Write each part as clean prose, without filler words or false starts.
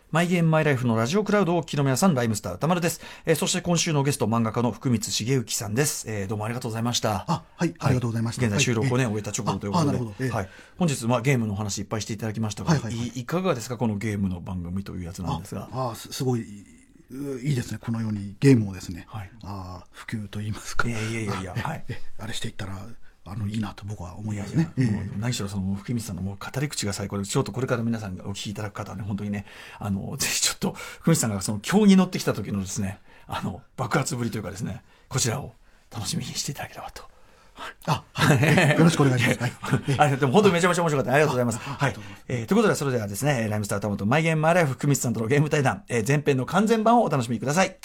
マイゲームマイライフのラジオクラウドをお聞きの皆さん、ライムスター歌丸です。そして今週のゲスト、漫画家の福光茂之さんです。どうもありがとうございました。 はい、ありがとうございました。 現在収録をね、終えた直後ということで、はい、本日、ゲームの話いっぱいしていただきましたが、いかがですか、このゲームの番組というやつなんですが。 すごいいいですね。このようにゲームをですね、普及といいますか、あれしていったらいいなと僕は思いますね。 何しろその福光さんのもう語り口が最高で、ちょっとこれから皆さんがお聞きいただく方はね、本当にね、ぜひちょっと福光さんがその競に乗ってきた時のですね、爆発ぶりというかですね、こちらを楽しみにしていただければと。 よろしくお願いします。 でも本当にめちゃめちゃ面白かった。ありがとうございます。ということで、それではですね、ライムスター歌丸とマイゲームマイライフ福光さんとのゲーム対談、前編の完全版をお楽しみください。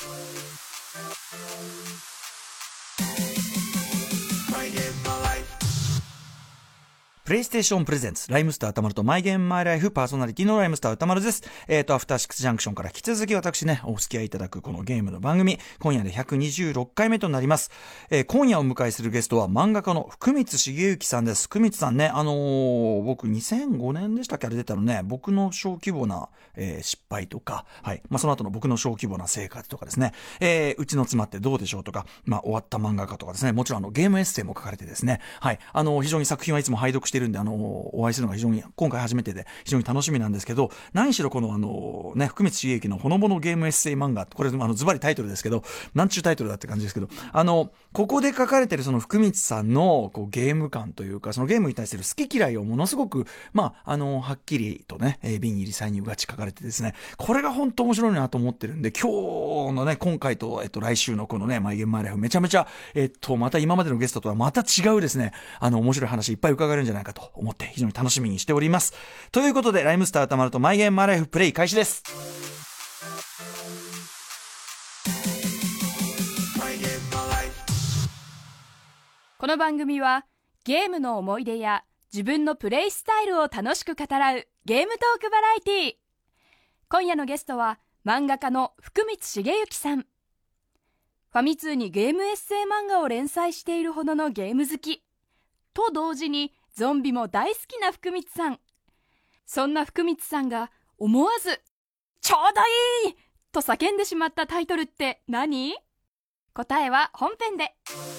プレイステーションプレゼンツライムスター歌丸とマイゲームマイライフパーソナリティのライムスター歌丸です。アフターシックスジャンクションから引き続き私ね、お付き合いいただくこのゲームの番組、今夜で126回目となります。今夜お迎えするゲストは漫画家の福光茂之さんです。福光さんね、僕2005年でしたっけ、あれ出たのね、僕の小規模な、失敗とか、その後の僕の小規模な生活とかですね、うちの妻ってどうでしょうとか、終わった漫画家とかですね、もちろんゲームエッセイも書かれてですね、非常に作品はいつも拝読しているんで、お会いするのが非常に今回初めてで非常に楽しみなんですけど、何しろこの福光茂之のほのぼのゲームエッセイ漫画、これズバリタイトルですけど、なんちゅうタイトルだって感じですけど、ここで書かれているその福光さんのこうゲーム感というか、そのゲームに対する好き嫌いをものすごくはっきりとね、瓶入り歳入がち書かれてですね、これが本当面白いなと思ってるんで、今日のね、今回と来週のこのね、マイゲームマイライフ、めちゃめちゃまた今までのゲストとはまた違うですね、面白い話いっぱい伺えるんじゃないかと思って非常に楽しみにしております。ということで、ライムスター歌丸とマイゲームマイライフプレイ開始です。 この番組はゲームの思い出や自分のプレイスタイルを楽しく語らうゲームトークバラエティー。今夜のゲストは漫画家の福光茂之さん。ファミ通にゲームエッセイ漫画を連載しているほどのゲーム好きと同時にゾンビも大好きな福光さん。そんな福光さんが思わずちょうどいいと叫んでしまったタイトルって何？答えは本編で。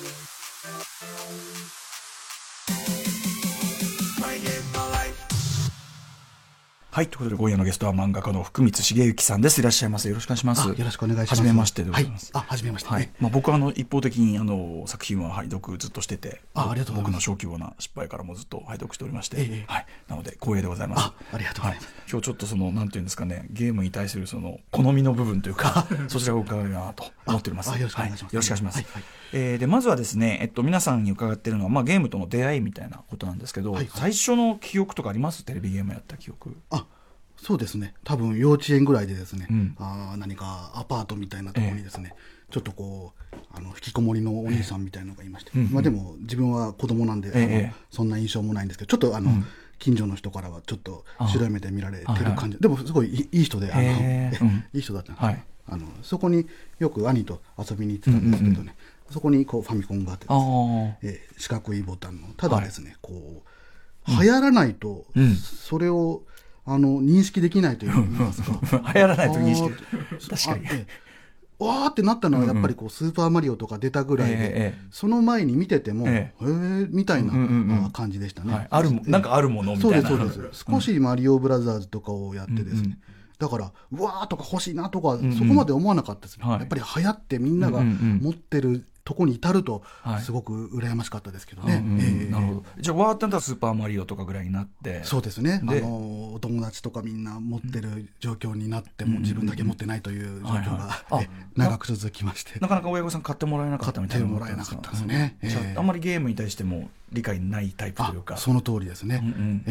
はい、ということで今夜のゲストは漫画家の福光茂之さんです。いらっしゃいませ。よろしくお願いします。 よろしくお願いします。 はじめましてでございます。 はじめまして。 僕は一方的に作品は拝読ずっとしてて、 ありがとうございます。 僕の小規模な失敗からもずっと拝読しておりまして、なので光栄でございます。 ありがとうございます。 今日ちょっとなんていうんですかね、ゲームに対する好みの部分というかそちらを伺えるなと思っております。 よろしくお願いします。 よろしくお願いします。でまずはですね、皆さんに伺っているのはゲームとの出会いみたいなことなんですけど、最初の記憶とかあります？テレビゲームやった記憶。 そうですね、多分幼稚園ぐらいでですね、何かアパートみたいなところにですね、ちょっとこう引きこもりのお兄さんみたいなのがいまして、でも自分は子供なんで、そんな印象もないんですけど、ちょっと近所の人からはちょっと白い目で見られてる感じ、でもすごいいい人でいい人だったんです、そこによく兄と遊びに行ってたんですけどね、そこにこうファミコンがあってですね、四角いボタンの、ただですね、こう流行らないとそれを認識できないといいますか流行らないと認識確かにわーってなったのはやっぱりこうスーパーマリオとか出たぐらいで、その前に見ててもみたいな感じでしたね。 なんかあるものみたいな。 そうですそうです。少しマリオブラザーズとかをやってですね、だからうわーとか欲しいなとかそこまで思わなかったですね。やっぱり流行ってみんなが持ってるとこに至るとすごく羨ましかったですけどね。 なるほど。じゃあわーってなったらスーパーマリオとかぐらいになって。 そうですね。お友達とかみんな持ってる状況になっても自分だけ持ってないという状況が長く続きまして、 なかなか親御さん買ってもらえなかったみたいな。 買ってもらえなかったですね。 あんまりゲームに対しても理解ないタイプというか。 その通りですね。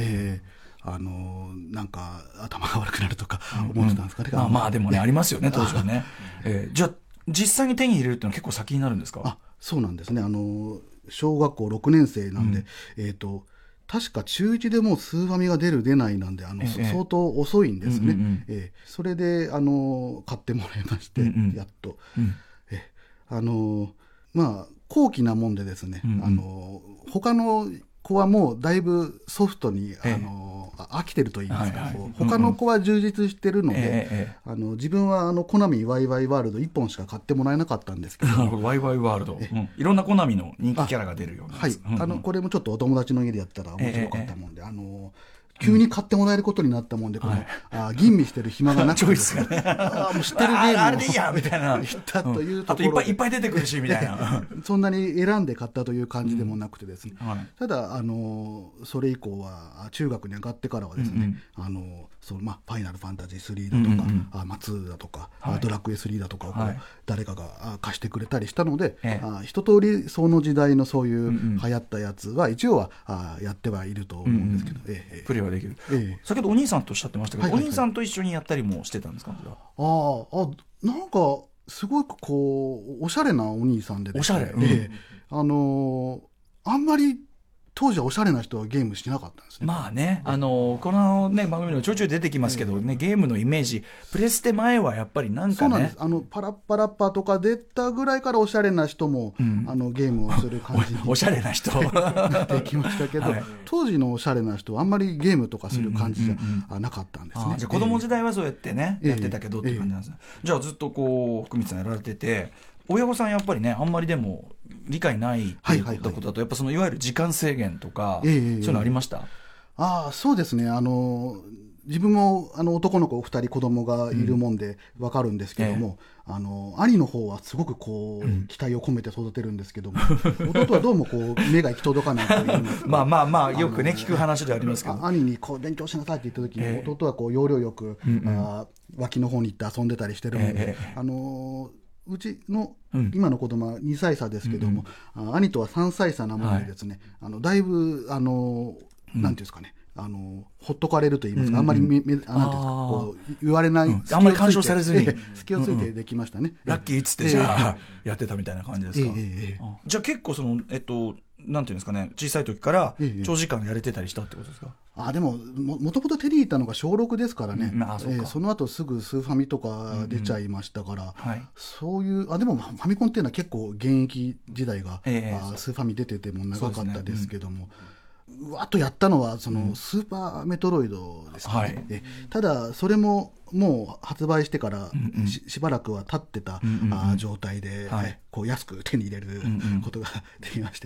なんか頭が悪くなるとか思ってたんですかね。 でもね、ありますよね、当時はね。じゃあ実際に手に入れるっていうのは結構先になるんですか？ そうなんですね。小学校6年生なんで、確か中1でもうスーファミが出る出ないなんで相当遅いんですね。それで買ってもらいまして、やっと、高貴なもんでですね、他の子はもうだいぶソフトに、飽きてると言いますか、他の子は充実してるので、自分はコナミワイワイワールド1本しか買ってもらえなかったんですけど、 なるほど、ワイワイワールド、いろんなコナミの人気キャラが出るようなやつ。 はい、これもちょっとお友達の家でやったら面白かったもんで、急に買ってもらえることになったもんで、この吟味してる暇がなくて、 チョイスがね、 もう知ってるゲームをあれでいいやみたいな、 言ったというとあところ、 いっぱい出てくるしみたいなそんなに選んで買ったという感じでもなくてですね、ただそれ以降は中学に上がってからはですね、ファイナルファンタジー3だとか、2だとか、ドラクエ3だとかを誰かが貸してくれたりしたので、一通りその時代のそういう流行ったやつは一応はやってはいると思うんですけど、 プレイはできる。先ほどお兄さんとおっしゃってましたけど、お兄さんと一緒にやったりもしてたんですか？ なんかすごくこうおしゃれなお兄さんでですね、あんまり当時はおしゃれな人はゲームしなかったんですね。 まあね、このね番組のちょいちょい出てきますけどね、ゲームのイメージプレステ前はやっぱりなんかね、 そうなんです。パラッパラッパとか出たぐらいからおしゃれな人も、ゲームをする感じにおしゃれな人できましたけど、当時のおしゃれな人はあんまりゲームとかする感じじゃなかったんですね。 じゃあ子供時代はそうやってね、やってたけどっていう感じなんですね。じゃあずっとこう福光さんやられてて、親御さんやっぱりねあんまりでも理解ないっていうことだと、やっぱそのいわゆる時間制限とか、そういうのありました？ そうですね。自分も男の子2人子供がいるもんで分かるんですけども、兄の方はすごくこう、期待を込めて育てるんですけども、弟はどうもこう目が行き届かないというまあよくね聞く話でありますけど、 兄にこう勉強しなさいって言った時に、弟はこう要領よく、脇の方に行って遊んでたりしてるので、うちの今の子供は2歳差ですけども、兄とは3歳差なものでですね、だいぶなんていうんですかね、ほっとかれると言いますか、あんまりなんていうんですか、こう言われない、 あんまり干渉されずに隙をついてできましたね。 ラッキーっつってじゃあやってたみたいな感じですか？じゃあ結構そのなんていうんですかね、小さい時から長時間やれてたりしたってことですか？ でももともと手に入れたのが小6ですからね、その後すぐスーファミとか出ちゃいましたから、そういうでもファミコンっていうのは結構現役時代が、スーファミ出てても長かったですけども、わっとやったのはそのスーパーメトロイドですね。ただそれももう発売してからしばらくは経ってた状態で、こう安く手に入れることができまして、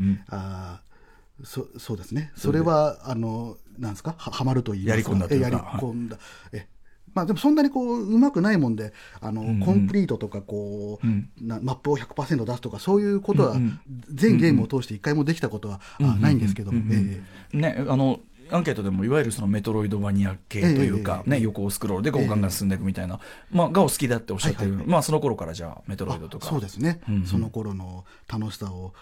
そうですね。それはなんですか、はまると言いますか、やり込んだ。でもそんなにこう上手くないもんで、コンプリートとかこう、マップを 100% 出すとかそういうことは、全ゲームを通して一回もできたことはないんですけども、 アンケートでもいわゆるそのメトロイドマニア系というか、横スクロールでこうガンガン進んでいくみたいな、がお好きだっておっしゃってる、その頃からじゃあメトロイドとか。 そうですね、その頃の楽しさを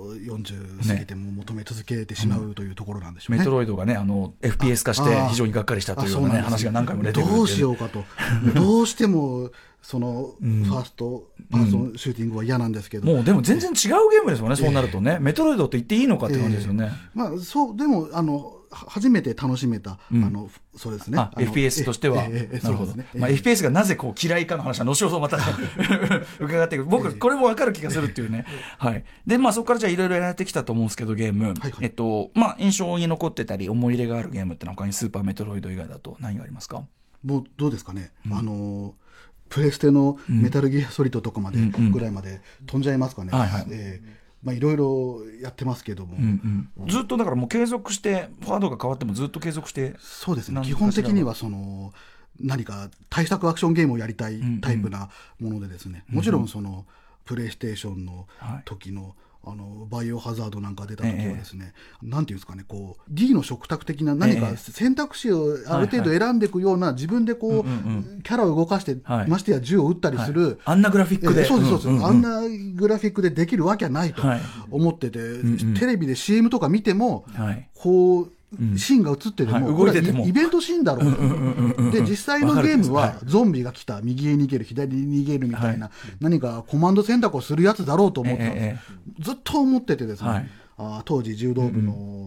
40過ぎても求め続けてしまうというところなんでしょうね。 メトロイドがねFPS 化して非常にがっかりしたというような話が何回も出てくる。 どうしようかとどうしてもそのファーストパーソンシューティングは嫌なんですけど、 もうでも全然違うゲームですもんね、そうなるとね。メトロイドって言っていいのかって感じですよね。 そうでも初めて楽しめた、そうですね。 FPS としては、なるほど。FPS がなぜこう嫌いかの話は後ほどまた伺っていく。僕これも分かる気がするっていうね。でそこからじゃあいろいろやられてきたと思うんですけど、ゲーム、印象に残ってたり思い入れがあるゲームってのは他にスーパーメトロイド以外だと何がありますか？ もうどうですかね。プレステのメタルギアソリッドとかまでぐらいまで飛んじゃいますかね。いろいろやってますけども、 ずっとだからもう継続してファードが変わってもずっと継続して。 そうですね。基本的にはその何か対策アクションゲームをやりたいタイプなものでですね、もちろんそのプレイステーションの時のバイオハザードなんか出た時はですね、なんていうんですかね、こう D の食卓的な何か選択肢をある程度選んでいくような、自分でこうキャラを動かして、ましてや銃を撃ったりする、 あんなグラフィックで、 そうです、あんなグラフィックでできるわけはないと思ってて、テレビで CM とか見ても、こうシーンが映ってても、 動いててもイベントシーンだろうと。で実際のゲームはゾンビが来た、右へ逃げる、左に逃げるみたいな、何かコマンド選択をするやつだろうと思ってたんです。ずっと思っててですね、当時柔道部の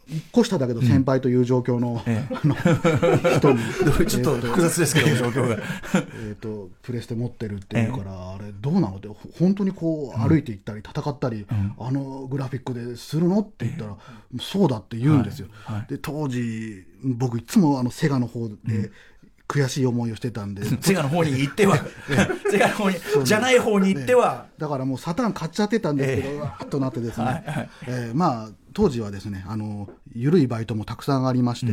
1個下だけど先輩という状況の、人にちょっと複雑ですけど、状況がプレステ持ってるっていうから、あれどうなのって、本当にこう歩いていったり戦ったり、あのグラフィックでするのって言ったら、そうだって言うんですよ。で当時僕いつもセガの方で、悔しい思いをしてたんで、 セガの方に行ってはセガの方にじゃない方に行っては、 だからもうサターン買っちゃってたんですけど、わーっとなってですね、まあ当時はですね、緩いバイトもたくさんありまして、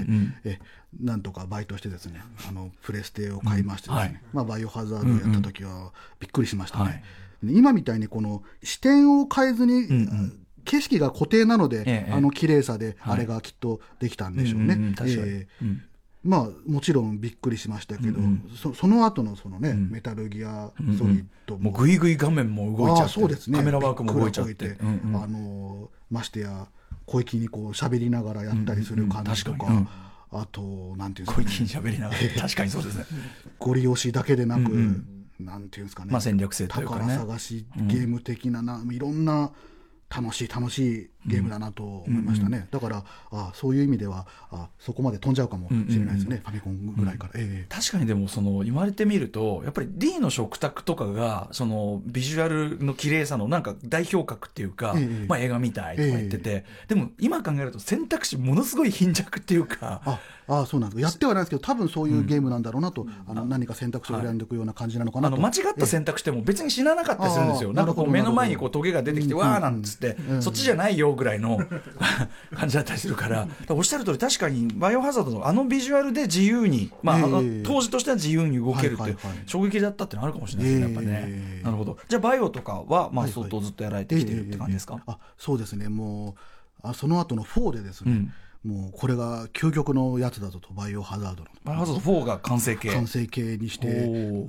なんとかバイトしてですね、プレステを買いましてですね、まあ、バイオハザードやった時はびっくりしましたね。今みたいにこの視点を変えずに、景色が固定なので、綺麗さであれがきっとできたんでしょうね。まあもちろんびっくりしましたけど、その後のそのね、メタルギアソリッドもうグイグイ画面も動いちゃって、 そうですね、 カメラワークも動いちゃって、 ましてや小粋にこう喋りながらやったりする感じとか、あとなんていうんですかね、 小粋に喋りながら確かにそうですね。 ゴリ押しだけでなく、なんていうんですかね、 まあ戦略性というかね、 宝探しゲーム的ないろんな楽しいゲームだなと思いましたね。だからそういう意味ではそこまで飛んじゃうかもしれないですね、ファミコンぐらいから。 確かにでも言われてみるとやっぱり D の食卓とかがそのビジュアルの綺麗さのなんか代表格っていうか、まあ、映画みたいとか言ってて、でも今考えると選択肢ものすごい貧弱っていうか。 そうなんです。やってはないですけど、多分そういうゲームなんだろうなと、何か選択肢を選んでいくような感じなのかなと。 間違った選択しても別に死ななかったりするんですよ。なんかこう目の前にこうトゲが出てきて、わーなんつって、そっちじゃないよぐらいの感じだったりするから、おっしゃる通り確かにバイオハザードのビジュアルで自由に、当時としては自由に動けるって衝撃だったってのあるかもしれないですね、やっぱね。なるほど。じゃあバイオとかは相当ずっとやられてきてるって感じですか？ そうですね。もうその後の4でですね、もうこれが究極のやつだぞと、バイオハザードのバイオハザード4が完成形にして、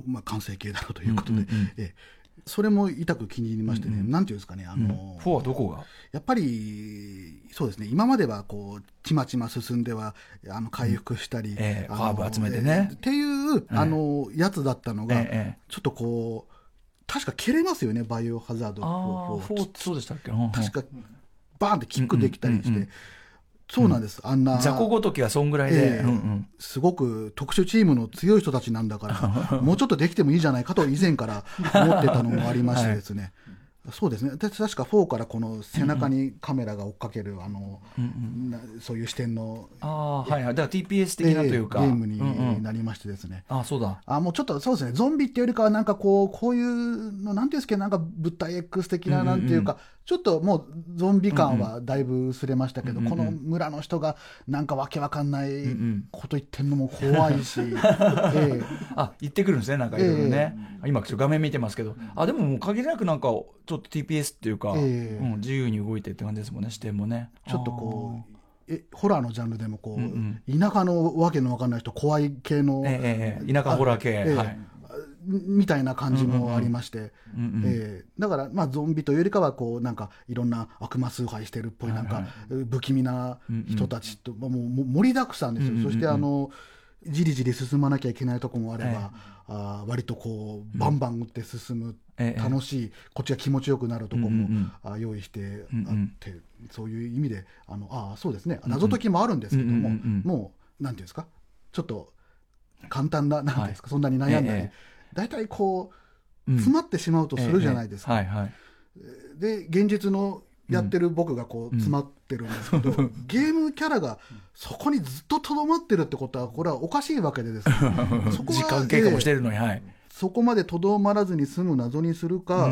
完成形だろうということで、それも痛く気に入りましてね、なんていうんですかね、 4はどこがやっぱりそうですね、今まではこうちまちま進んでは回復したり、 ハーブ集めてねっていうやつだったのが、ちょっとこう確か蹴れますよね、バイオハザード 4。そうでしたっけ？ 確かバーンってキックできたりして、そうなんです。 雑魚ごときはそんぐらいで、 すごく特殊チームの強い人たちなんだからもうちょっとできてもいいじゃないかと以前から思ってたのもありましてですね、そうですね。確か4からこの背中にカメラが追っかけるそういう視点のだから TPS 的なというか、 ゲームになりましてですね。 そうだ。 もうちょっとそうですね、ゾンビっていうよりかはなんかこういうのなんていうんですけど、なんか物体 X 的ななんていうか、ちょっともうゾンビ感はだいぶ薄れましたけど、この村の人がなんかわけわかんないこと言ってんのも怖いし、 言ってくるんですね、なんかいろいろね。今ちょっと画面見てますけど、でももう限りなくなんかちょっと TPS っていうか、自由に動いてって感じですもんね、視点もね。 ちょっとこうホラーのジャンルでもこう、田舎のわけのわかんない人、怖い系の、 田舎ホラー系、 みたいな感じもありまして、だからゾンビというよりかはこうなんかいろんな悪魔崇拝してるっぽいなんか不気味な人たちと、もう盛りだくさんですよ。そしてじりじり進まなきゃいけないとこもあれば、割とこうバンバン打って進む、楽しい、こっちが気持ちよくなるとこも用意してあって、そういう意味でそうですね、謎解きもあるんですけども、もうなんていうんですか、ちょっと簡単な、なんていうんですか、そんなに悩んだり、大体こう詰まってしまうとするじゃないですか。で現実のやってる僕がこう詰まってるんですけど、ゲームキャラがそこにずっととどまってるってことは、これはおかしいわけでですねそこは時間経過もしてるのに、 そこまでとどまらずに済む謎にするか、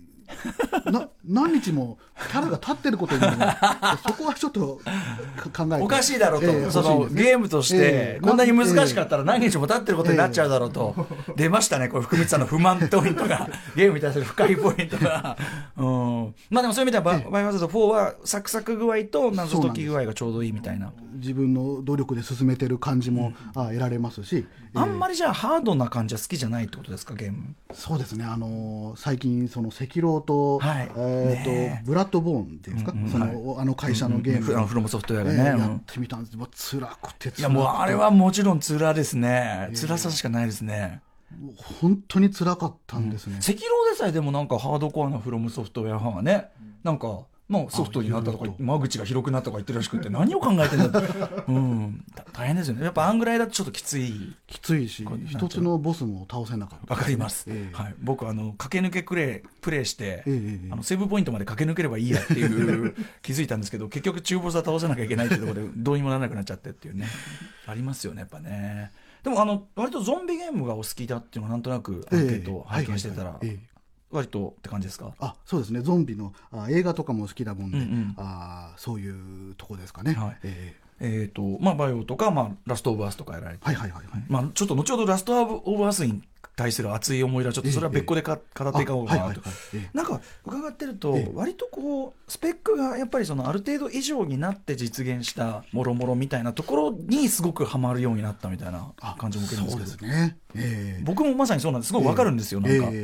何日もキャラが立ってることにそこはちょっと考えて、 おかしいだろうと、そのゲームとしてこんなに難しかったら何日も経ってることになっちゃうだろうと、出ましたね、これ福光さんの不満ポイントがゲームに対する不快ポイントがまあでもそういう意味ではバイオハザード4はサクサク具合と謎解き具合がちょうどいいみたいな、 自分の努力で進めてる感じも得られますし、 あんまりじゃあハードな感じは好きじゃないってことですか、ゲーム。 そうですね、最近その赤狼と、ブラッドボーンっていうんですか、その会社のゲーム、 フロムソフトウェアがね、 やってみたんです。辛くていやもうあれはもちろん辛ですね、辛さしかないですね。 本当に辛かったんですね。 赤狼でさえでもなんかハードコアなフロムソフトウェア派がね、なんかまあ、ソフトになったとか間口が広くなったとか言ってるらしくて何を考えてんだって、大変ですよね。やっぱあんぐらいだとちょっときついし、一つのボスも倒せなかった。 わかります、はい、僕駆け抜けプレイして、セーブポイントまで駆け抜ければいいやっていう気づいたんですけど、結局中ボスは倒さなきゃいけないっていうところでどうにもならなくなっちゃってっていうねありますよね、やっぱね。でも割とゾンビゲームがお好きだっていうのはなんとなくアンケートを拝見してたら割とって感じですか？ そうですね。ゾンビの映画とかも好きだもんで、そういうとこですかね。はい、 まあ、バイオとか、まあ、ラストオブアースとかやられて、まあ、ちょっと後ほどラストオブアースに対する熱い思い出はちょっとそれは別個で語っていかおうかなと。なんか伺ってると割とこうスペックがやっぱりそのある程度以上になって実現したもろもろみたいなところにすごくハマるようになったみたいな感じも受けるんですけど、そうですね。僕もまさにそうなんです。すごい分かるんですよ。なんか、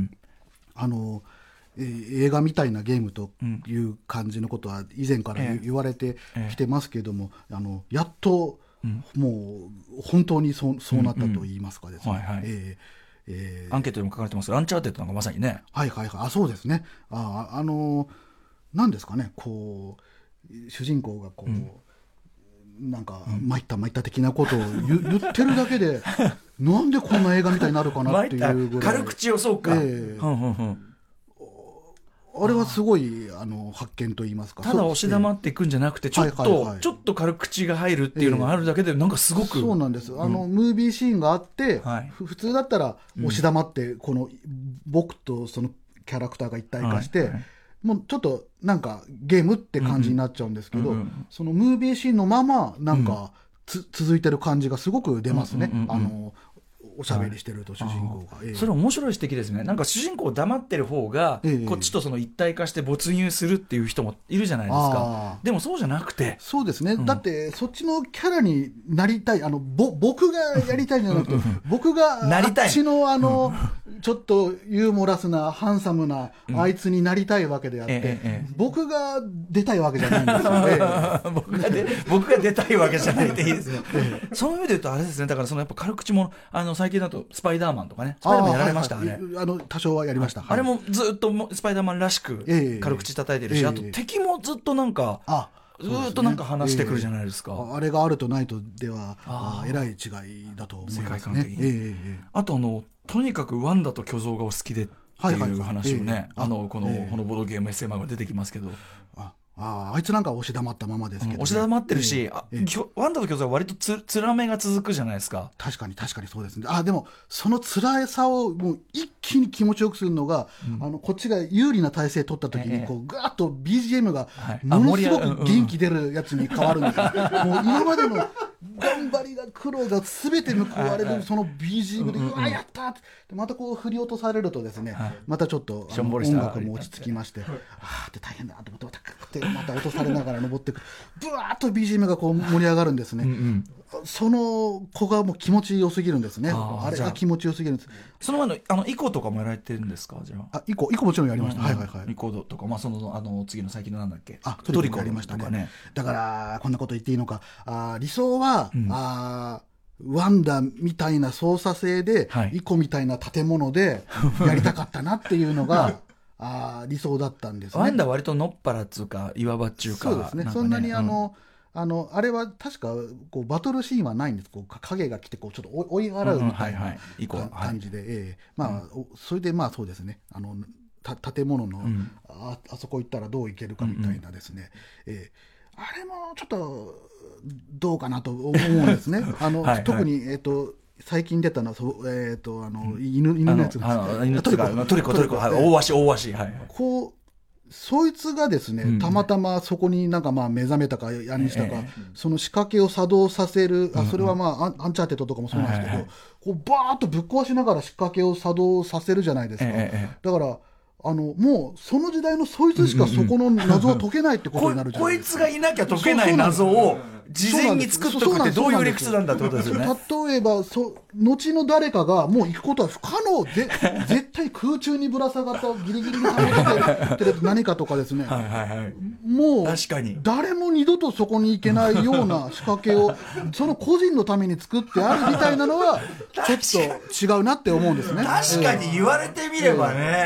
映画みたいなゲームという感じのことは以前から言われてきてますけれども、やっともう本当にそうなったと言いますかですね。 アンケートでも書かれてます。アンチャーテッドなんかまさにね。 そうですね。なんですかね、こう主人公がこう、なんか参った的なことを言ってるだけでなんでこんな映画みたいになるかなっていうぐらい軽口をそうか、 あれはすごい発見といいますか、 ただ押し黙っていくんじゃなくてちょっと軽口が入るっていうのがあるだけでなんかすごく、 そうなんです。ムービーシーンがあって、普通だったら押し黙ってこの僕とそのキャラクターが一体化して、もうちょっとなんかゲームって感じになっちゃうんですけど、そのムービーシーンのままなんか続いてる感じがすごく出ますね。おしゃべりしてると主人公が、 それ面白い指摘ですね。なんか主人公黙ってる方が、こっちとその一体化して没入するっていう人もいるじゃないですか。でもそうじゃなくて、 そうですね、だってそっちのキャラになりたい、僕がやりたいんじゃなくて僕がなりたい、 あっちのちょっとユーモラスなハンサムなあいつになりたいわけであって、僕が出たいわけじゃないんですよ。 僕が出たいわけじゃないっていいですね。そういう意味で言うとあれですね。だからそのやっぱ軽口も最近だとスパイダーマンとかね、スパイダーマンやられましたね。 多少はやりました。 あれもずっとスパイダーマンらしく軽口叩いてるし、あと敵もずっとなんかずっとなんか話してくるじゃないですか。 あれがあるとないとではえらい違いだと思いますね。 あととにかくワンダと巨像がお好きでっていう話をね、このボードゲーム SMA が出てきますけど、 あいつなんか押し黙ったままですけど、 押し黙ってるし、ワンダと巨像は割とつらめが続くじゃないですか。 確かにそうですね。でもその辛さをもう一気に気持ちよくするのが、こっちが有利な体勢取った時にこうガーッと BGM がものすごく元気出るやつに変わるんですよ。もう今までの頑張りが苦労が全て報われるその BGM で、うわやったってまたこう振り落とされるとですね、またちょっと音楽も落ち着きまして、って大変だと思ってまた落とされながら登ってくる、ブワーッと BGM がこう盛り上がるんですね。その子がもう気持ちよすぎるんですね。あれが気持ちよすぎるんです。 その前のイコとかもやられてるんですか？じゃあイコもちろんやりました。 イコとか、その次の最近のなんだっけ、 トリコやりましたね。だからこんなこと言っていいのか、理想はワンダみたいな操作性で、イコみたいな建物でやりたかったなっていうのが理想だったんですね。 ワンダ割とのっぱらっつうか岩場っちゅうか、 そうですね。そんなにあれは確かこうバトルシーンはないんです。こう影が来てこうちょっと追い払うみたいな感じで、それでそうですね。建物のあそこ行ったらどう行けるかみたいなですね。あれもちょっとどうかなと思うんですね。特に最近出たのは犬のやつです。 トリコ大鷲、 こうそいつがですね、たまたまそこになんか目覚めたか何したか、その仕掛けを作動させる、それはアンチャーテッドとかもそうなんですけど、こうバーッとぶっ壊しながら仕掛けを作動させるじゃないですか。だからもうその時代のそいつしかそこの謎を解けないってことになるじゃないですか。 こいつがいなきゃ解けない謎を事前に作っとくってどういう理屈なんだってことですよね。 例えば後の誰かがもう行くことは不可能で絶対空中にぶら下がったギリギリに保ててる何かとかですね。もう確かに誰も二度とそこに行けないような仕掛けをその個人のために作ってあるみたいなのはちょっと違うなって思うんですね。 確かに言われてみればね。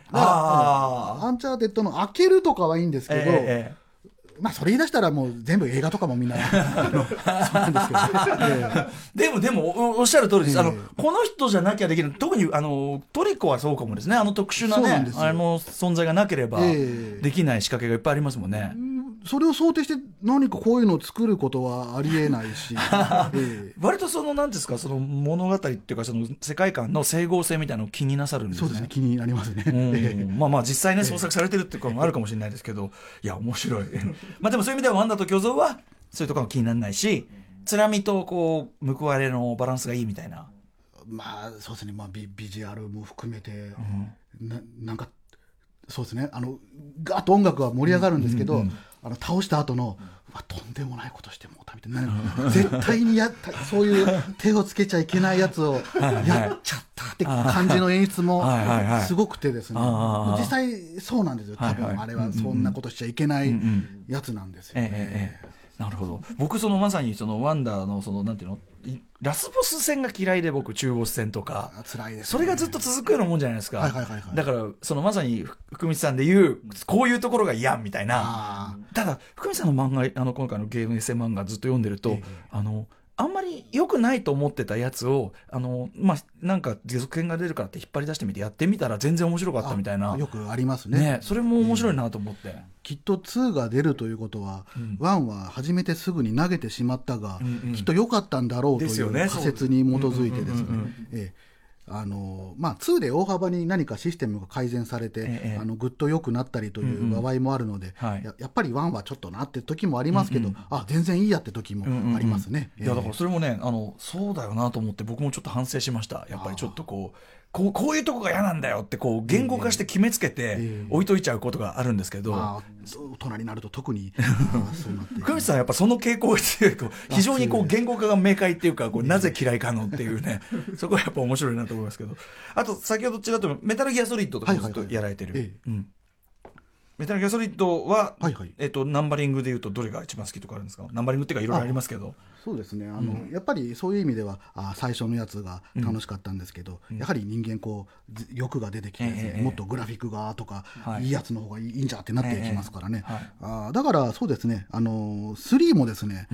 アンチャーテッドの開けるとかはいいんですけど、まあそれ言い出したらもう全部映画とかもみんなそうなんですけど、 ね、でもおっしゃる通りです、この人じゃなきゃできる、特にトリコはそうかもですね、特殊なね存在がなければできない仕掛けがいっぱいありますもんね。 それを想定して何かこういうのを作ることはありえないし、 割とその何ですか、その物語っていうかその世界観の整合性みたいなのを気になさるんですね。 そうですね、気になりますね。 まあまあ実際ね創作されてるっていうこともあるかもしれないですけど、いや面白いまあでもそういう意味ではワンダと巨像はそういうところも気にならないし、つらみとこう報われのバランスがいいみたいな。 まあそうですね、まあ、ビジュアルも含めて、なんかそうですね、ガーッと音楽は盛り上がるんですけど、倒した後の、とんでもないことしてもうたみたいな、絶対にそういう手をつけちゃいけないやつをやっちゃったって感じの演出もすごくてですね、実際そうなんですよ、多分あれはそんなことしちゃいけないやつなんですよね。 なるほど。僕まさにワンダーのなんていうの、ラスボス戦が嫌いで、僕中ボス戦とか辛いですね、 それがずっと続くようなもんじゃないですか。だからまさに福光さんで言うこういうところが嫌みたいな。ただ福光さんの漫画今回のゲームエッセイ漫画ずっと読んでると、あんまり良くないと思ってたやつをまあなんか続編が出るからって引っ張り出してみてやってみたら全然面白かったみたいな。 よくありますね。 それも面白いなと思って、 きっと2が出るということは、1は始めてすぐに投げてしまったが、きっと良かったんだろうという仮説に基づいてですね、まあ、2で大幅に何かシステムが改善されて、ぐっと良くなったりという場合もあるので、やっぱり1はちょっとなって時もありますけど、全然いいやって時もありますね。 いやだからそれもねそうだよなと思って、僕もちょっと反省しました。やっぱりちょっとこういうとこが嫌なんだよって言語化して決めつけて置いといちゃうことがあるんですけど、 大人になると特にそうなって福光さんはやっぱその傾向が強い、非常に言語化が明快っていうか、なぜ嫌いかのっていうねそこはやっぱ面白いなと思いますけど、あと先ほどちらっとメタルギアソリッドとかずっとやられてる、メタルギアソリッドは、ナンバリングでいうとどれが一番好きとかあるんですか？ナンバリングっていうかいろいろありますけど。 そうですね、やっぱりそういう意味では最初のやつが楽しかったんですけど、やはり人間欲が出てきてですね、もっとグラフィックがとか、いいやつの方がいいんじゃってなっていきますからね、だからそうですね、3もですね、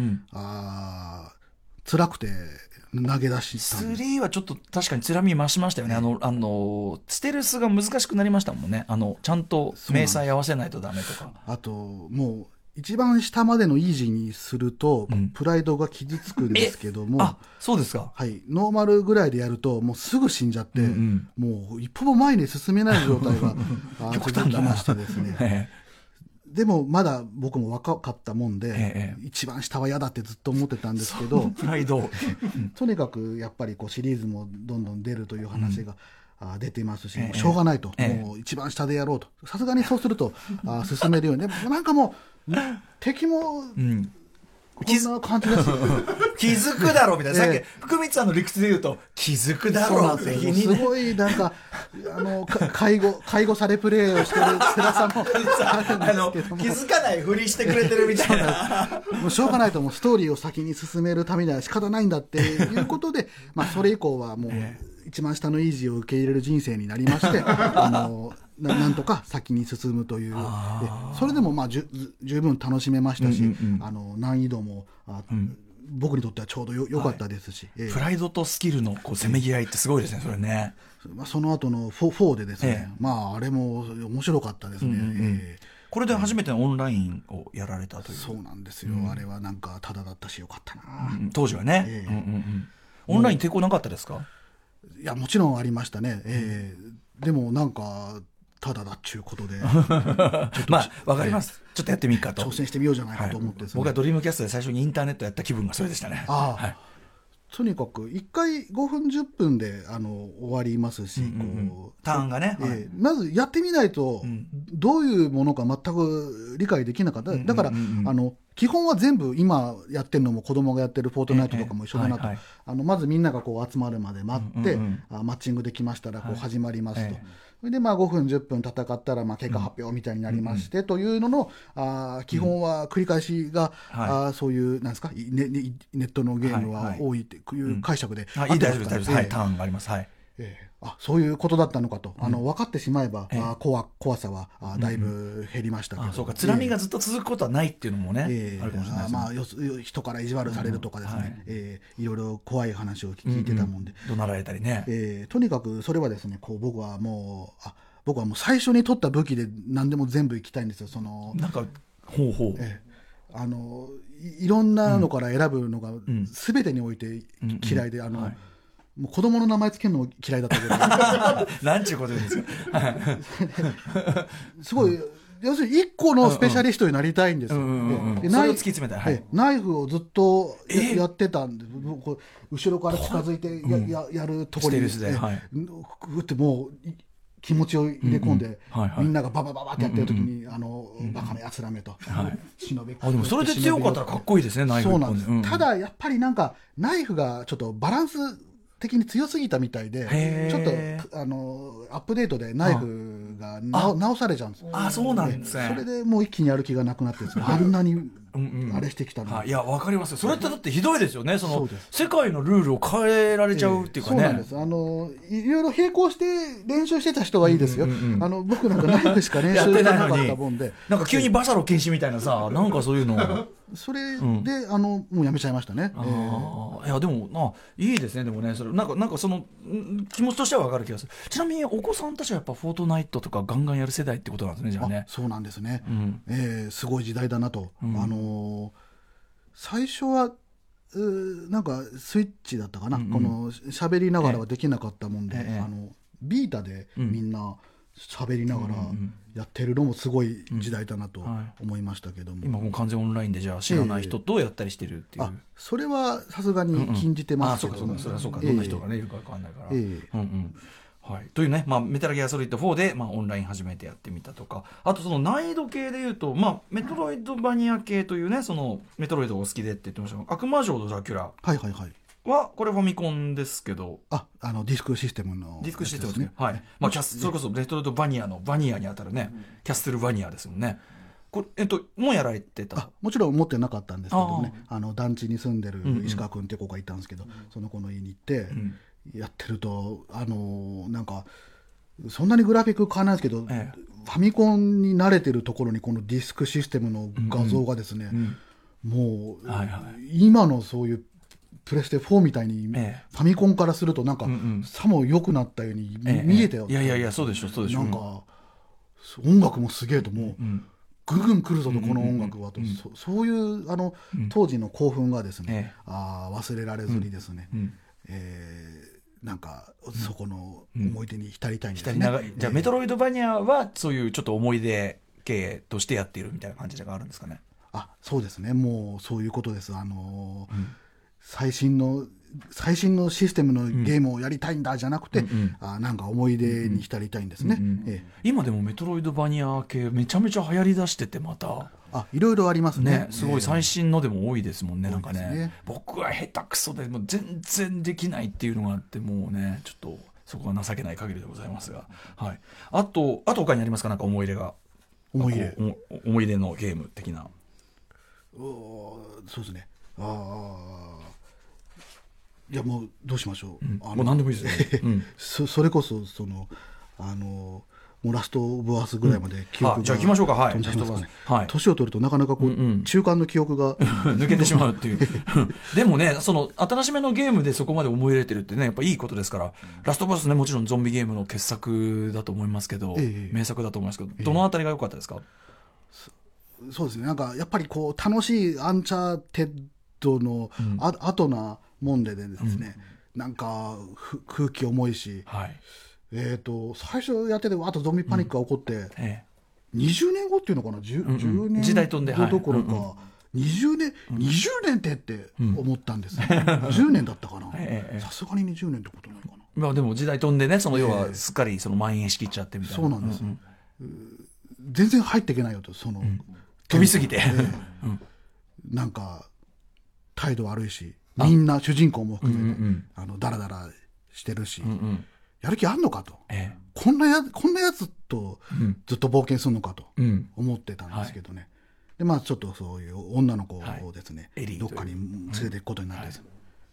辛くて投げ出したんです。 3はちょっと確かにつらみ増しましたよね。ステルスが難しくなりましたもんね。ちゃんと明細合わせないとダメとか。 あともう一番下までのイージーにすると、プライドが傷つくんですけども、 そうですか。 はい、ノーマルぐらいでやるともうすぐ死んじゃって、もう一歩も前に進めない状態が続きましてですねでもまだ僕も若かったもんで、一番下は嫌だってずっと思ってたんですけど、 プライドとにかくやっぱりシリーズもどんどん出るという話が、出てますし、しょうがないと、もう一番下でやろうと、さすがにそうすると進めるように、なんかもう敵も、こんな感じですよ気づくだろうみたいな、さっき福光さんの理屈で言うと気づくだろうって気に、 すごいなんか介護されプレーをしてる辛さもあるんですけども、 気づかないふりしてくれてるみたいなもうしょうがないと、もうストーリーを先に進めるためには仕方ないんだっていうことでそれ以降はもう一番下のイージーを受け入れる人生になりましてなんとか先に進むという、それでも十分楽しめましたし、難易度も僕にとってはちょうど良かったですし、 プライドとスキルのせめぎ合いってすごいですね、それね。 その後の4でですね、あれも面白かったですね。 これで初めてのオンラインをやられたという。 そうなんですよ、あれはなんかタダだったしよかったな、 当時はね、オンライン抵抗なかったですか？ いやもちろんありましたね、でもなんかただだっちゅうことでわかります、ちょっとやってみっかと挑戦してみようじゃないかと思ってですね、 僕はドリームキャストで最初にインターネットやった気分がそれでしたね。 とにかく1回5分10分で終わりますし、 ターンがね、 まずやってみないとどういうものか全く理解できなかった。だから基本は全部今やってるのも子供がやってるフォートナイトとかも一緒だなと、まずみんなが集まるまで待って、マッチングできましたら始まりますと、それで5分10分戦ったら結果発表みたいになりまして、というのの基本は繰り返しが、そういうなんですか、ネットのゲームは多いっていう解釈で、 大丈夫です、ターンがあります。 そういうことだったのかと、分かってしまえば、怖さはだいぶ減りましたけど、 そうか、つらみがずっと続くことはないっていうのもね、あるかもしれないですね。 人から意地悪されるとかですね、いろいろ怖い話を聞いてたもんで、 怒鳴られたりね、 とにかくそれはですね、僕はもう最初に取った武器で何でも全部いきたいんですよ。 なんかほうほう、 いろんなのから選ぶのが全てにおいて嫌いで、もう子供の名前つけるのも嫌いだったけどなんちゅうこと言うんですかすごい、要するに一個のスペシャリストになりたいんですよ。 それを突き詰めたい、 ナイフをずっとやってたんで、後ろから近づいてやるところにグってもう気持ちを入れ込んで、みんながババババってやってる時に、バカなやつらめと、忍びでもそれで強かったらかっこいいですね、ナイフ。 そうなんです、ただやっぱりなんかナイフがちょっとバランス的に強すぎたみたいで、ちょっとアップデートでナイフが直されちゃうんです。 そうなんですね。 それでもう一気にやる気がなくなってですね、あんなにあれしてきたの。 いや、わかりますよ。それってだってひどいですよね。世界のルールを変えられちゃうっていうかね。 そうなんです。いろいろ並行して練習してた人はいいですよ。僕なんかナイフしか練習してなかったもんで、 なんか急にバサロ禁止みたいなさ、なんかそういうのそれでもうやめちゃいましたね。 いやでもいいですね。でもね、それなんかその気持ちとしてはわかる気がする。ちなみにお子さんたちはやっぱフォートナイトとかガンガンやる世代ってことなんですね、じゃあね。 そうなんですね。すごい時代だなと。最初はなんかスイッチだったかな、この喋りながらはできなかったもんで、ビータでみんな喋りながらやってるのもすごい時代だなと思いましたけども、 今もう完全オンラインでじゃあ知らない人とやったりしてるっていう、 それはさすがに禁じてますけど、 それはそうか、どんな人がねいるか分かんないから、というね、メタルギアソリッド4で、オンライン初めてやってみたとか、あとその難易度系でいうと、メトロイドバニア系というね、そのメトロイドがお好きでって言ってましたが、悪魔城とドラキュラはこれファミコンですけど、 ディスクシステムのディスクシステムですね。それこそメトロイドバニアのバニアにあたるね、キャステルバニアですもんね。これもうやられてた？ もちろん持ってなかったんですけどね、団地に住んでる石川君って子がいたんですけど、その子の家に行ってやってると、なんかそんなにグラフィック変わらないですけど、ファミコンに慣れてるところにこのディスクシステムの画像がですね、もう今のそういうプレステ4みたいにファミコンからするとなんかさも良くなったように見えてよ。 いやそうでしょそうでしょ。 なんか音楽もすげえと、もうぐんぐん来るぞとこの音楽はと、そういう当時の興奮がですね、忘れられずにですね、なんかそこの思い出に浸りたいんですね。 じゃあメトロイドバニアはそういうちょっと思い出系としてやっているみたいな感じがあるんですかね。 そうですね、もうそういうことです。最新のシステムのゲームをやりたいんだじゃなくて、なんか思い出に浸りたいんですね。 今でもメトロイドバニア系めちゃめちゃ流行りだしてて、またいろいろありますね。 すごい最新のでも多いですもんね。なんかね、僕は下手くそでもう全然できないっていうのがあって、もうねちょっとそこは情けない限りでございますが、あと他にありますか？なんか思い入れのゲーム的な。 そうですね。いやもうどうしましょう。 もう何でもいいですね。 それこそもうラストオブアースぐらいまで記憶がじゃあ行きましょうか。 年を取るとなかなか中間の記憶が抜けてしまうっていうでもね、その新しめのゲームでそこまで思い入れてるってね、やっぱいいことですから。ラストオブアースね、もちろんゾンビゲームの傑作だと思いますけど、名作だと思いますけど、どのあたりが良かったですか？ そうですね、なんかやっぱり楽しいアンチャーテッドの後なもんでですね、なんか空気重いし、最初やってて、あとゾンビパニックが起こって、20年後っていうのかな、10年時代飛んで後どころか、20年って思ったんです。10年だったかな。さすがに20年ってことないかな。 でも時代飛んでね、要はすっかり蔓延しきっちゃってみたいな。 そうなんです。全然入っていけないよと、 飛びすぎて、 なんか態度悪いし、みんな主人公も含めてダラダラしてるし、やる気あんのかと、こんなやつとずっと冒険するのかと思ってたんですけどね。でちょっとそういう女の子をですね、どっかに連れていくことになって、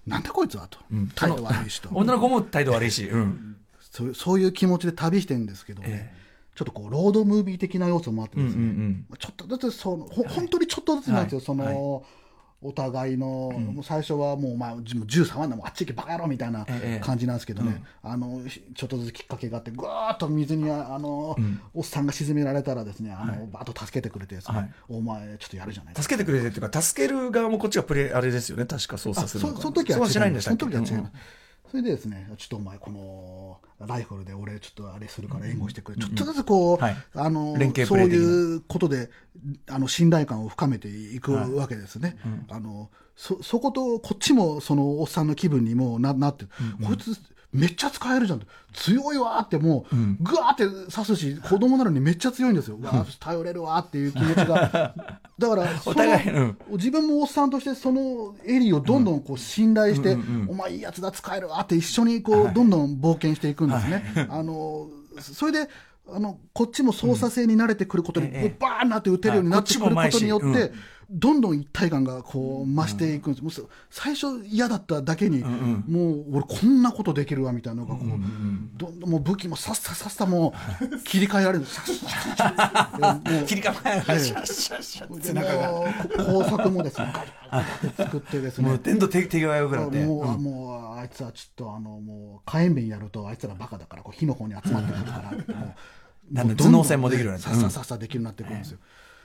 なんでこいつはと、態度悪いしと女の子も態度悪いし、 そういう気持ちで旅してるんですけどね、ちょっとこうロードムービー的な要素もあってですね、ちょっとずつ本当にちょっとずつなんですよ、お互いの、もう最初はもう、13話でもあっち行けバカ野郎みたいな感じなんですけどね、ちょっとずつきっかけがあってぐーっと水におっさんが沈められたらですね、バーッと助けてくれてですね、お前ちょっとやるじゃないですか。 助けてくれてっていうか、助ける側もこっちがあれですよね、確か操作するのか。 その時は違う。 そうしないんでしたっけ。 その時は違います。それでですね、ちょっとお前このライフルで俺ちょっとあれするから援護してくれ、ちょっとずつこう、 連携プそうレー的ないうことで信頼感を深めていくわけですね。そことこっちもそのおっさんの気分にもなって、こいつめっちゃ使えるじゃん、強いわーってもうグワーって刺すし、子供なのにめっちゃ強いんですよ、頼れるわーっていう気持ちがだからお互い、 自分もおっさんとしてそのエリーをどんどんこう信頼して、お前いいやつだ使えるわって一緒にこうどんどん冒険していくんですね。それでこっちも操作性に慣れてくることにバーンなって打てるようになってくることによってどんどん一体感がこう増していくんです。もう最初嫌だっただけに、もう俺こんなことできるわみたいなのがこう、どんどんもう武器もさっさもう切り替えられる切り替えられる背中が工作もですね作ってですね、 もうどんどん手際よくなって、 もうあいつはちょっともう火炎瓶やるとあいつらバカだからこう火の方に集まってくるからもう頭脳戦もできるようになって、 さっさできるようになってくるんですよ。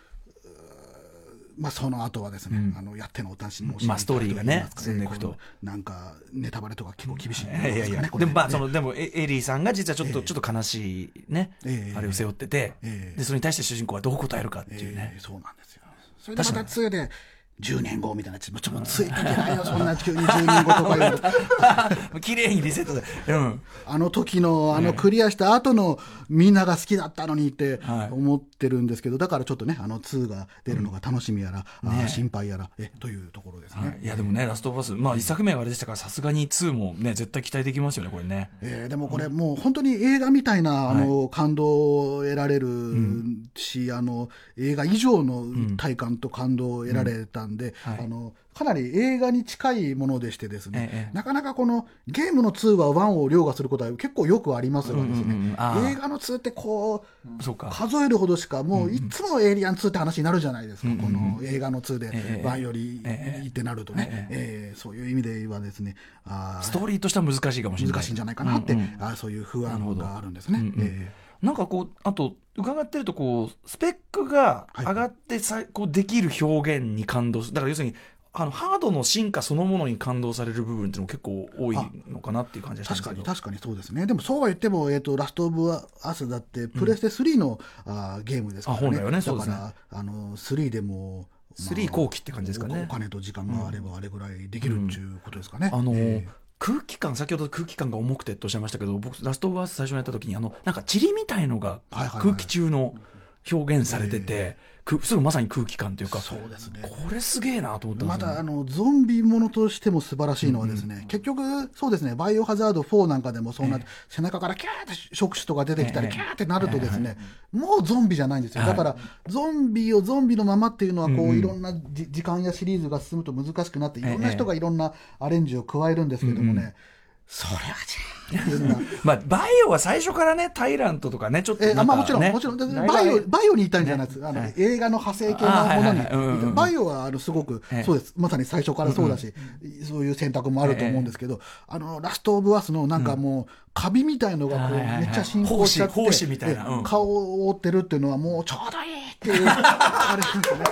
その後はですね、やってのお楽しみストーリーがね進んでいくと、 なんかネタバレとか結構厳しいんですかね。でもエリーさんが実はちょっと悲しいね、あれを背負ってて、でそれに対して主人公はどう答えるかっていうね。 そうなんですよ。それでまた2で10年後みたいな、ちょっとついていけないよそんな急に10年後とか言うと綺麗にリセットで、 あの時のクリアした後のみんなが好きだったのにって思ってるんですけど、だからちょっとね2が出るのが楽しみやら、心配やらというところですね。 いやでもね、ラストオブアス、1作目はあれでしたから、さすがに2もね絶対期待できますよねこれね。 でもこれもう本当に映画みたいな感動を得られるし、映画以上の体感と感動を得られたんで、かなり映画に近いものでしてですね、なかなかこのゲームの2は1を凌駕することは結構よくありますがですね、映画の2ってこう数えるほどしか、もういつもエイリアン2って話になるじゃないですか、この映画の2で1よりいいってなるとね、そういう意味ではですね、 ストーリーとしては難しいかもしれない、 難しいんじゃないかなって、そういう不安があるんですね。 なんかこうあと伺ってるとこうスペックが上がってこうできる表現に感動する。だから要するにハードの進化そのものに感動される部分っていうのも結構多いのかなっていう感じがしたんですけど。 確かにそうですね。でもそうは言っても、ラストオブアスだってプレステ3の、ゲームですからね。 本来はね、そうですね。 だから3でも、 3後期って感じですかね。 お金と時間があればあれぐらいできるっていうことですかね。 空気感、先ほど空気感が重くてとおっしゃいましたけど、僕ラストオブアス最初にやった時になんか塵みたいのが空気中の表現されてて、すぐまさに空気感というか、 そうですね、 これすげえなと思ったんですよね。 またゾンビものとしても素晴らしいのはですね、結局そうですね、バイオハザード4なんかでもそうなって、背中からキャーって触手とか出てきたりキャーってなるとですね、もうゾンビじゃないんですよ。だからゾンビをゾンビのままっていうのはこう、いろんな時間やシリーズが進むと難しくなって、いろんな人がいろんなアレンジを加えるんですけどもね、それはバイオは最初からね、タイラントとかね、ちょっとなんか、 もちろんバイオにいたんじゃないです、映画の派生系のものに、バイオはすごくそうです、まさに最初からそうだし、そういう選択もあると思うんですけど、ラストオブアスのなんかもうカビみたいのがこうめっちゃ進行しちゃって、顔を覆ってるっていうのはもうちょうどいいっていうあれ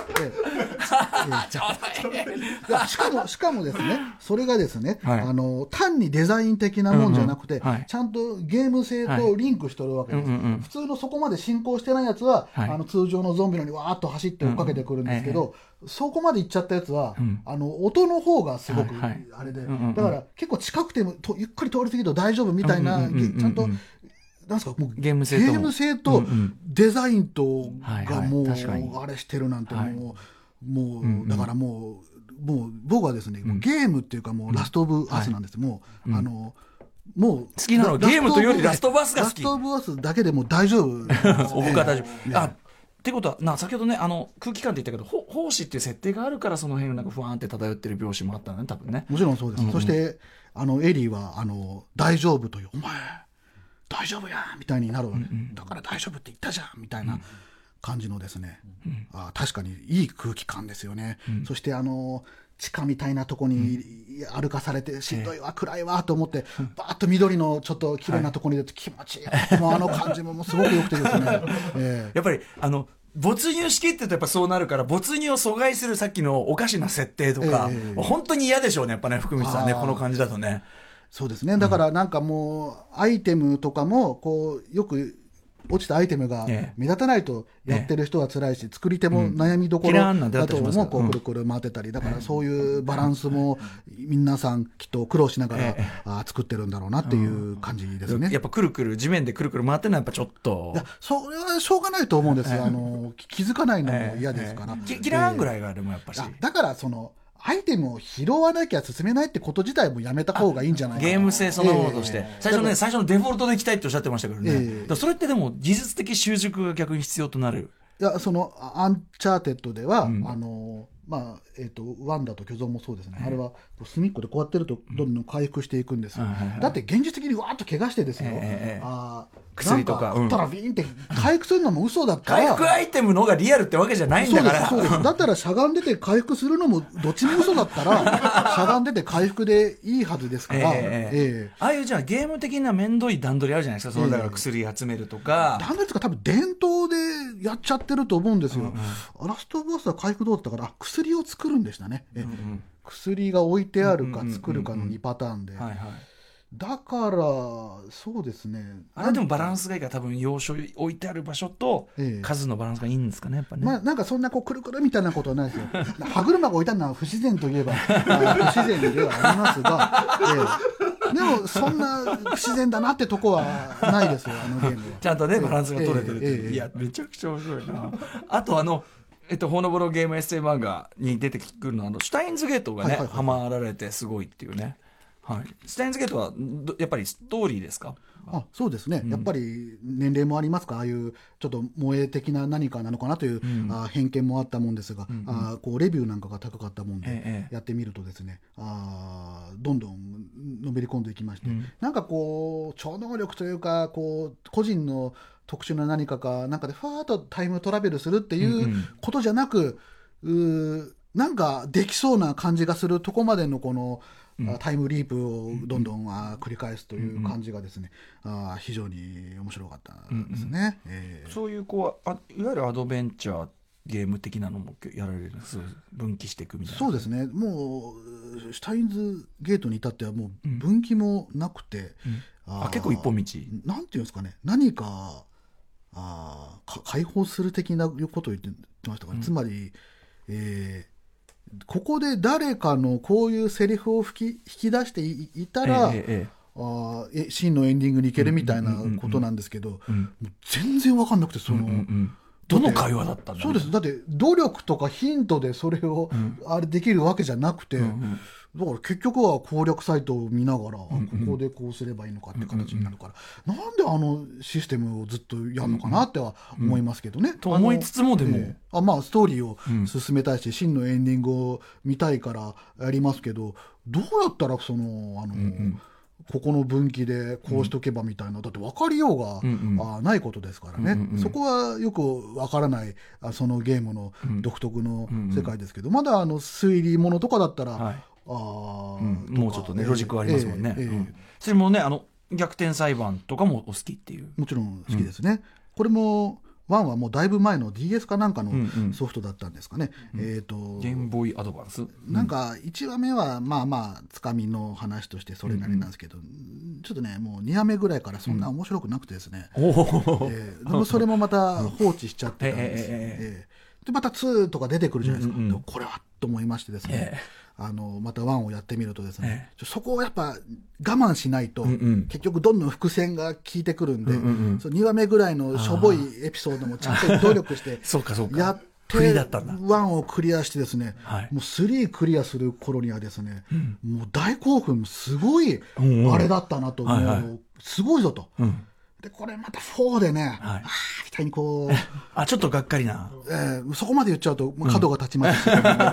ですね。しかもですね、それがですね、単にデザイン的なもんじゃなくて、ちゃんとゲーム性とリンクしてるわけです。普通のそこまで進行してないやつは、通常のゾンビのようにわーっと走って追っかけてくるんですけど、そこまで行っちゃったやつは、音の方がすごくあれで、だから結構近くてもゆっくり通り過ぎると大丈夫みたいな、ちゃんとなんすか、もうゲーム性とデザインとがもうあれしてるなんて、もうだからもう僕はですね、ゲームっていうかもうラストオブアスなんです。もうもう好きなのゲームというよりラストオブアスが好き。 ラストオブアスだけでも大丈夫。 僕は大丈夫。 ってことは先ほどね空気感って言ったけど胞子っていう設定があるからその辺なんか不安って漂ってる描写もあったのね多分ね。 もちろんそうです、そしてエリーは大丈夫というお前大丈夫やみたいになるわけ、だから大丈夫って言ったじゃんみたいな感じのですね、確かにいい空気感ですよね、そして地下みたいなとこに歩かされてしんどいわ、暗いわと思ってバーッと緑のちょっと綺麗なとこに出て気持ちいい、もう感じもすごく良くてですね、 やっぱり没入しきってるとやっぱそうなるから没入を阻害するさっきのおかしな設定とか、本当に嫌でしょうねやっぱね福光さんねこの感じだとね。 そうですね、だからなんかもうアイテムとかもこうよく落ちたアイテムが目立たないとやってる人は辛いし、作り手も悩みどころだともこうくるくる回ってたり、だからそういうバランスも皆さんきっと苦労しながら作ってるんだろうなっていう感じですね。 やっぱくるくる地面でくるくる回ってるのはやっぱちょっとそれはしょうがないと思うんですよ、気づかないのも嫌ですから、 キラーンぐらいがでもやっぱし、 だからアイテムを拾わなきゃ進めないってこと自体もやめた方がいいんじゃないかな。 ゲーム性そのものとして、最初のデフォルトでいきたいっておっしゃってましたけどね、それってでも技術的習熟が逆に必要となる。 いやアンチャーテッドでは、ワンダと巨像もそうですね、あれは隅っこでこうやってるとどんどん回復していくんですよ、だって現実的にわーっと怪我してですよ、 薬とか食ったらビーンって回復するのも嘘だったら、 回復アイテムの方がリアルってわけじゃないんだからそうですだったらしゃがんでて回復するのもどっちも嘘だったらしゃがんでて回復でいいはずですから、ああいうじゃあゲーム的な面倒い段取りあるじゃないですか、だから薬集めるとか、 段取りとか多分伝統でやっちゃってると思うんですよ、ラストボスは回復どうだったから薬を作るんでしたね、薬が置いてあるか作るかの2パターンで、だからそうですね、 あれでもバランスがいいから多分要所置いてある場所と数のバランスがいいんですかねやっぱね、 なんかそんなくるくるみたいなことはないですよ歯車が置いてあるのは不自然といえば不自然ではありますが、でもそんな不自然だなってとこはないですよゲームはちゃんとねバランスが取れてるっていう、いやめちゃくちゃ面白いなあとほのぼのゲームエッセイ漫画に出てくるのシュタインズゲートがね、ハマられてすごいっていうね、シュタインズゲートはやっぱりストーリーですか？ そうですね、やっぱり年齢もありますか、ああいうちょっと萌え的な何かなのかなという、偏見もあったもんですが、レビューなんかが高かったもんで、やってみるとですね、どんどんのめり込んでいきまして、なんか超能力というか個人の特殊な何かなんかでふわーっとタイムトラベルするっていうことじゃなく、なんかできそうな感じがするとこまでのタイムリープをどんどん繰り返すという感じがですね、非常に面白かったですね。 そういういわゆるアドベンチャーゲーム的なのもやられるんです、分岐していくみたいな。 そうですね、もうシュタインズゲートに至ってはもう分岐もなくて、 結構一本道なんていうんですかね、何か解放する的なことを言ってましたかね、つまり、ここで誰かのこういうセリフを引き出していたら、真のエンディングに行けるみたいなことなんですけど、全然分かんなくてどの会話だったんだ、 そうです。だって努力とかヒントでそれをあれできるわけじゃなくて、だから結局は攻略サイトを見ながら、ここでこうすればいいのかって形になるから、なんでシステムをずっとやるのかなっては思いますけどね。 と思いつつもでも、 ストーリーを進めたいし、真のエンディングを見たいからやりますけど、どうやったらここの分岐でこうしとけばみたいな、だって分かりようがないことですからね、そこはよく分からないそのゲームの独特の世界ですけど、まだ推理ものとかだったら、 もうちょっとねロジックありますもんね、それもね逆転裁判とかもお好きっていう。 もちろん好きですね、これも1はもうだいぶ前の DS かなんかのソフトだったんですかね、 ゲームボーイアドバンス、 なんか1話目はつかみの話としてそれなりなんですけど、ちょっとねもう2話目ぐらいからそんな面白くなくてですね、でもそれもまた放置しちゃってたんです、でまた2とか出てくるじゃないですか、これはと思いましてですね、また1をやってみるとですね、そこをやっぱ我慢しないと、結局どんどん伏線が効いてくるんで、2話目ぐらいのしょぼいエピソードもちゃんと努力してやって1をクリアしてですね、もう3クリアする頃にはですね、もう大興奮、すごいあれだったなと、もうすごいぞと。でこれまた4でね、見対にこうちょっとがっかりな、 そこまで言っちゃうと角が立ちますし、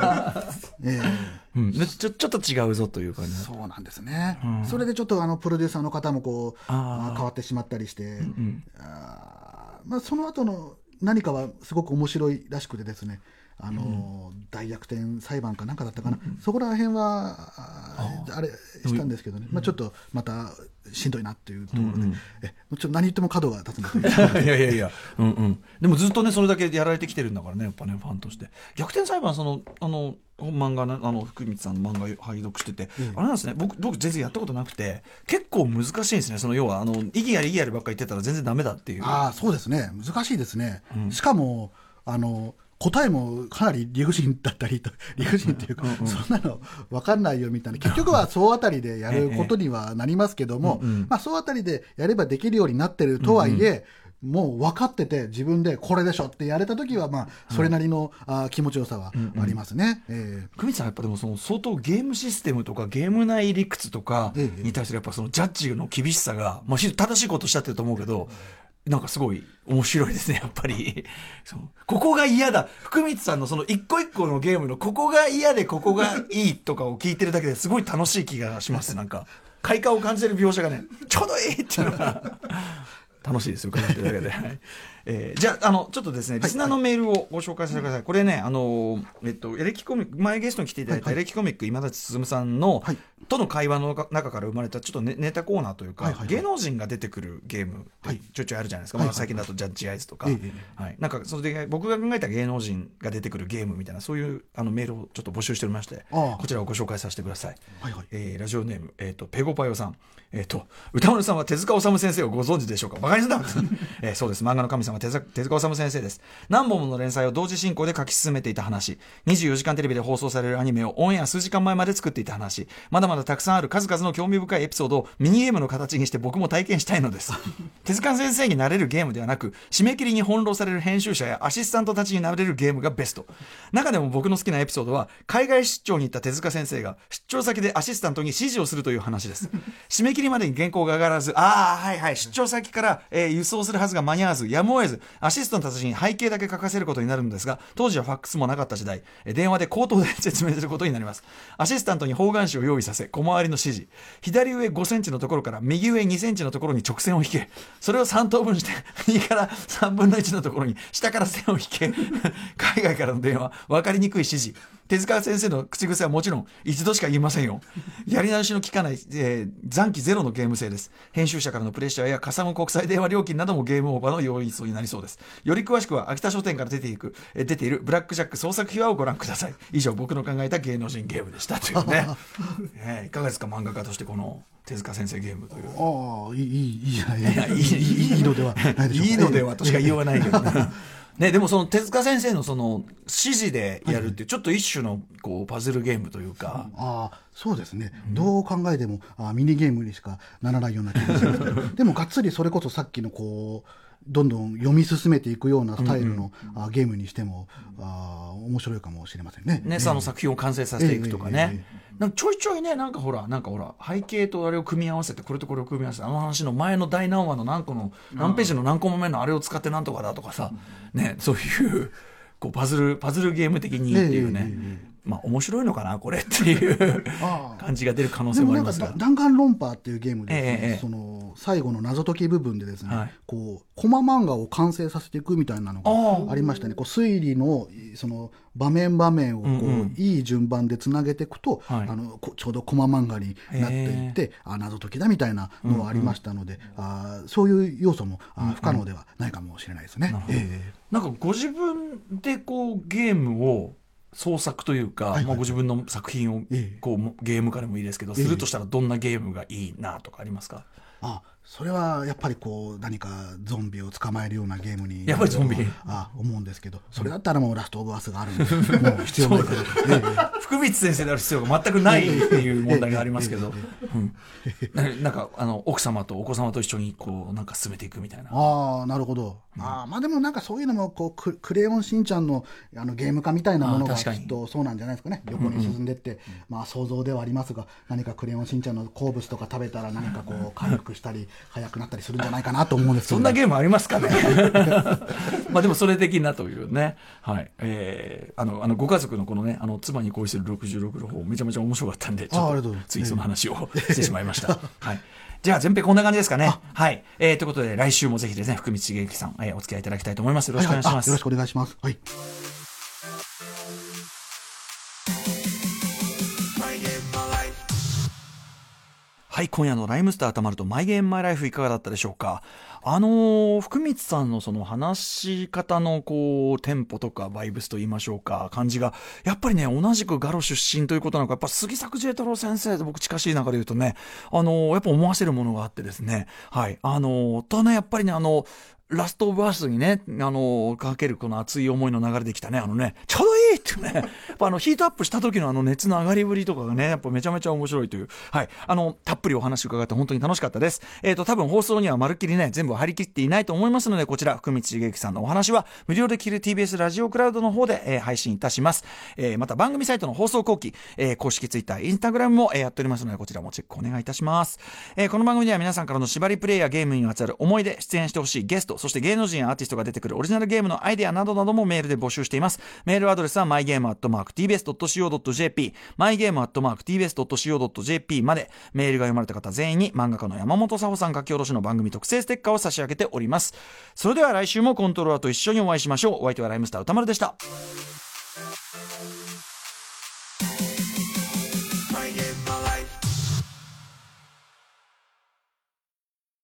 ちょっと違うぞという感じ。 そうなんですね、それでちょっとプロデューサーの方もこう変わってしまったりして、その後の何かはすごく面白いらしくてですね、大逆転裁判かなんかだったかな、そこら辺はあれしたんですけどね、ちょっとまたしんどいなっていうところで、ちょっと何言っても角が立つんだといういや、でもずっとねそれだけやられてきてるんだからね、やっぱねファンとして。逆転裁判漫画の福光さんの漫画拝読してて、あれなんですね、僕全然やったことなくて結構難しいんですね。要は意義ありばっかり言ってたら全然ダメだっていう。 そうですね、難しいですね、しかも答えもかなり理不尽だったりと、理不尽っていうか、そんなの分かんないよみたいな、結局は総当たりでやることにはなりますけども、総当たりでやればできるようになってるとはいえ、もう分かってて自分でこれでしょってやれた時はそれなりの気持ちよさはありますね。 久光さんやっぱでも相当ゲームシステムとかゲーム内理屈とかに対するやっぱジャッジの厳しさが、正しいことおっしゃってると思うけど、なんかすごい面白いですね、やっぱり。ここが嫌だ。福光さんの一個一個のゲームのここが嫌でここがいいとかを聞いてるだけですごい楽しい気がします。なんか、快感を感じてる描写がね、ちょうどいいっていうのが楽しいですよ、伺ってるだけで。じゃあ、ちょっとですね、リスナーのメールをご紹介させてください。これね、エレキコミック、前ゲストに来ていただいたエレキコミック今立進さんの、との会話の中から生まれたちょっとネタコーナーというか、芸能人が出てくるゲームってちょいちょいあるじゃないですか。最近だとジャッジアイズとか。なんか、それで僕が考えた芸能人が出てくるゲームみたいな、そういうメールをちょっと募集しておりまして、こちらをご紹介させてください。ラジオネーム、ペゴパヨさん。歌丸さんは手塚治虫先生をご存知でしょうか。バカにすんだそうです。漫画の神様手塚治虫先生です。何本もの連載を同時進行で書き進めていた話、24時間テレビで放送されるアニメをオンエア数時間前まで作っていた話、まだまだたくさんある数々の興味深いエピソードをミニゲームの形にして僕も体験したいのです。手塚先生になれるゲームではなく、締め切りに翻弄される編集者やアシスタントたちになれるゲームがベスト。中でも僕の好きなエピソードは、海外出張に行った手塚先生が出張先でアシスタントに指示をするという話です。締め切りまでに原稿が上がらず、出張先から、輸送するはずが間に合わず、やむを得ずアシスタントたちに背景だけ書かせることになるのですが、当時はファックスもなかった時代、電話で口頭で説明することになります。アシスタントに方眼紙を用意させ、小回りの指示、左上5センチのところから右上2センチのところに直線を引け、それを3等分して右から3分の1のところに下から線を引け。海外からの電話、分かりにくい指示。手塚先生の口癖はもちろん一度しか言いませんよ。やり直しの効かない、残機ゼロのゲーム性です。編集者からのプレッシャーやかさむ国際電話料金などもゲームオーバーの要因素になりそうです。より詳しくは秋田書店から出ているブラックジャック創作秘話をご覧ください。以上、僕の考えた芸能人ゲームでしたというね。いかがですか、漫画家としてこの手塚先生ゲームという。 いいのではないでしょうか。 いいのではとしか言いようがないけどね。でもその手塚先生の指示でやるっていう、ちょっと一種のパズルゲームというか。 そうですね、どう考えてもミニゲームにしかならないような気がしますけど、でもがっつりそれこそさっきのどんどん読み進めていくようなスタイルの、ゲームにしても面白いかもしれませんね。 その作品を完成させていくとかね。なんかちょいちょいね、なんかほら背景とあれを組み合わせて、これとこれを組み合わせて、話の前の第何話の何ページの何個も目のあれを使ってなんとかだとかさ、ね、そういうパズルゲーム的にっていうね。面白いのかなこれっていう感じが出る可能性もありますが、 弾丸論破っていうゲームでですね、最後の謎解き部分でですね、コマ漫画を完成させていくみたいなのがありましたね。推理の場面をいい順番でつなげていくと、ちょうどコマ漫画になっていって、謎解きだみたいなのがありましたので、そういう要素も不可能ではないかもしれないですね。 なんかご自分でゲームを創作というか、ご自分の作品をゲーム化でもいいですけど、するとしたらどんなゲームがいいなとかありますか？ それはやっぱり何かゾンビを捕まえるようなゲームにやっぱりゾンビ思うんですけど、それだったらもうラストオブアスがあるんで、もう必要ないから福光先生である必要が全くないっていう問題がありますけど、なんか奥様とお子様と一緒になんか進めていくみたいな。 なるほど。でもなんかそういうのもクレヨンしんちゃんのゲーム化みたいなものがきっとそうなんじゃないですかね。横に進んでって、想像ではありますが、何かクレヨンしんちゃんの好物とか食べたら何か回復したり速くなったりするんじゃないかなと思うんですけど、 そんなゲームありますかねまあでもそれ的なというね、はい、ご家族のこのね、妻に恋する66の方めちゃめちゃ面白かったんで、ちょっとついその話をしてしまいました。はい。じゃあ前編こんな感じですかね。はい。ということで来週もぜひですね、福光茂之さん、お付き合いいただきたいと思います。よろしくお願いします。 よろしくお願いします。はい。 はい、今夜のライムスターたまるとマイゲームマイライフいかがだったでしょうか。福光さんのその話し方のこうテンポとかバイブスと言いましょうか、感じがやっぱりね、同じくガロ出身ということなのか、やっぱ杉作 J 太郎先生と僕近しい中で言うとね、やっぱ思わせるものがあってですね、はい、とね、やっぱりね、ラストオブアースにね、かけるこの熱い思いの流れできたね、ちょうどいいってね、やっぱヒートアップした時の熱の上がりぶりとかがね、やっぱめちゃめちゃ面白いという、はい、たっぷりお話伺って本当に楽しかったです。多分放送にはまるっきりね、全部張り切っていないと思いますので、こちら、福光茂之さんのお話は、無料で聞ける TBS ラジオクラウドの方で、配信いたします。また番組サイトの放送後期、公式ツイッター、インスタグラムも、やっておりますので、こちらもチェックお願いいたします。この番組では皆さんからの縛りプレイやゲームにまつわる思い出、出演してほしいゲスト、そして芸能人やアーティストが出てくるオリジナルゲームのアイデアなどなどもメールで募集しています。メールアドレスは mygame@tbs.co.jp mygame@tbs.co.jp まで。メールが読まれた方全員に漫画家の山本佐穂さん書き下ろしの番組特製ステッカーを差し上げております。それでは来週もコントローラーと一緒にお会いしましょう。お相手はライムスター歌丸でした。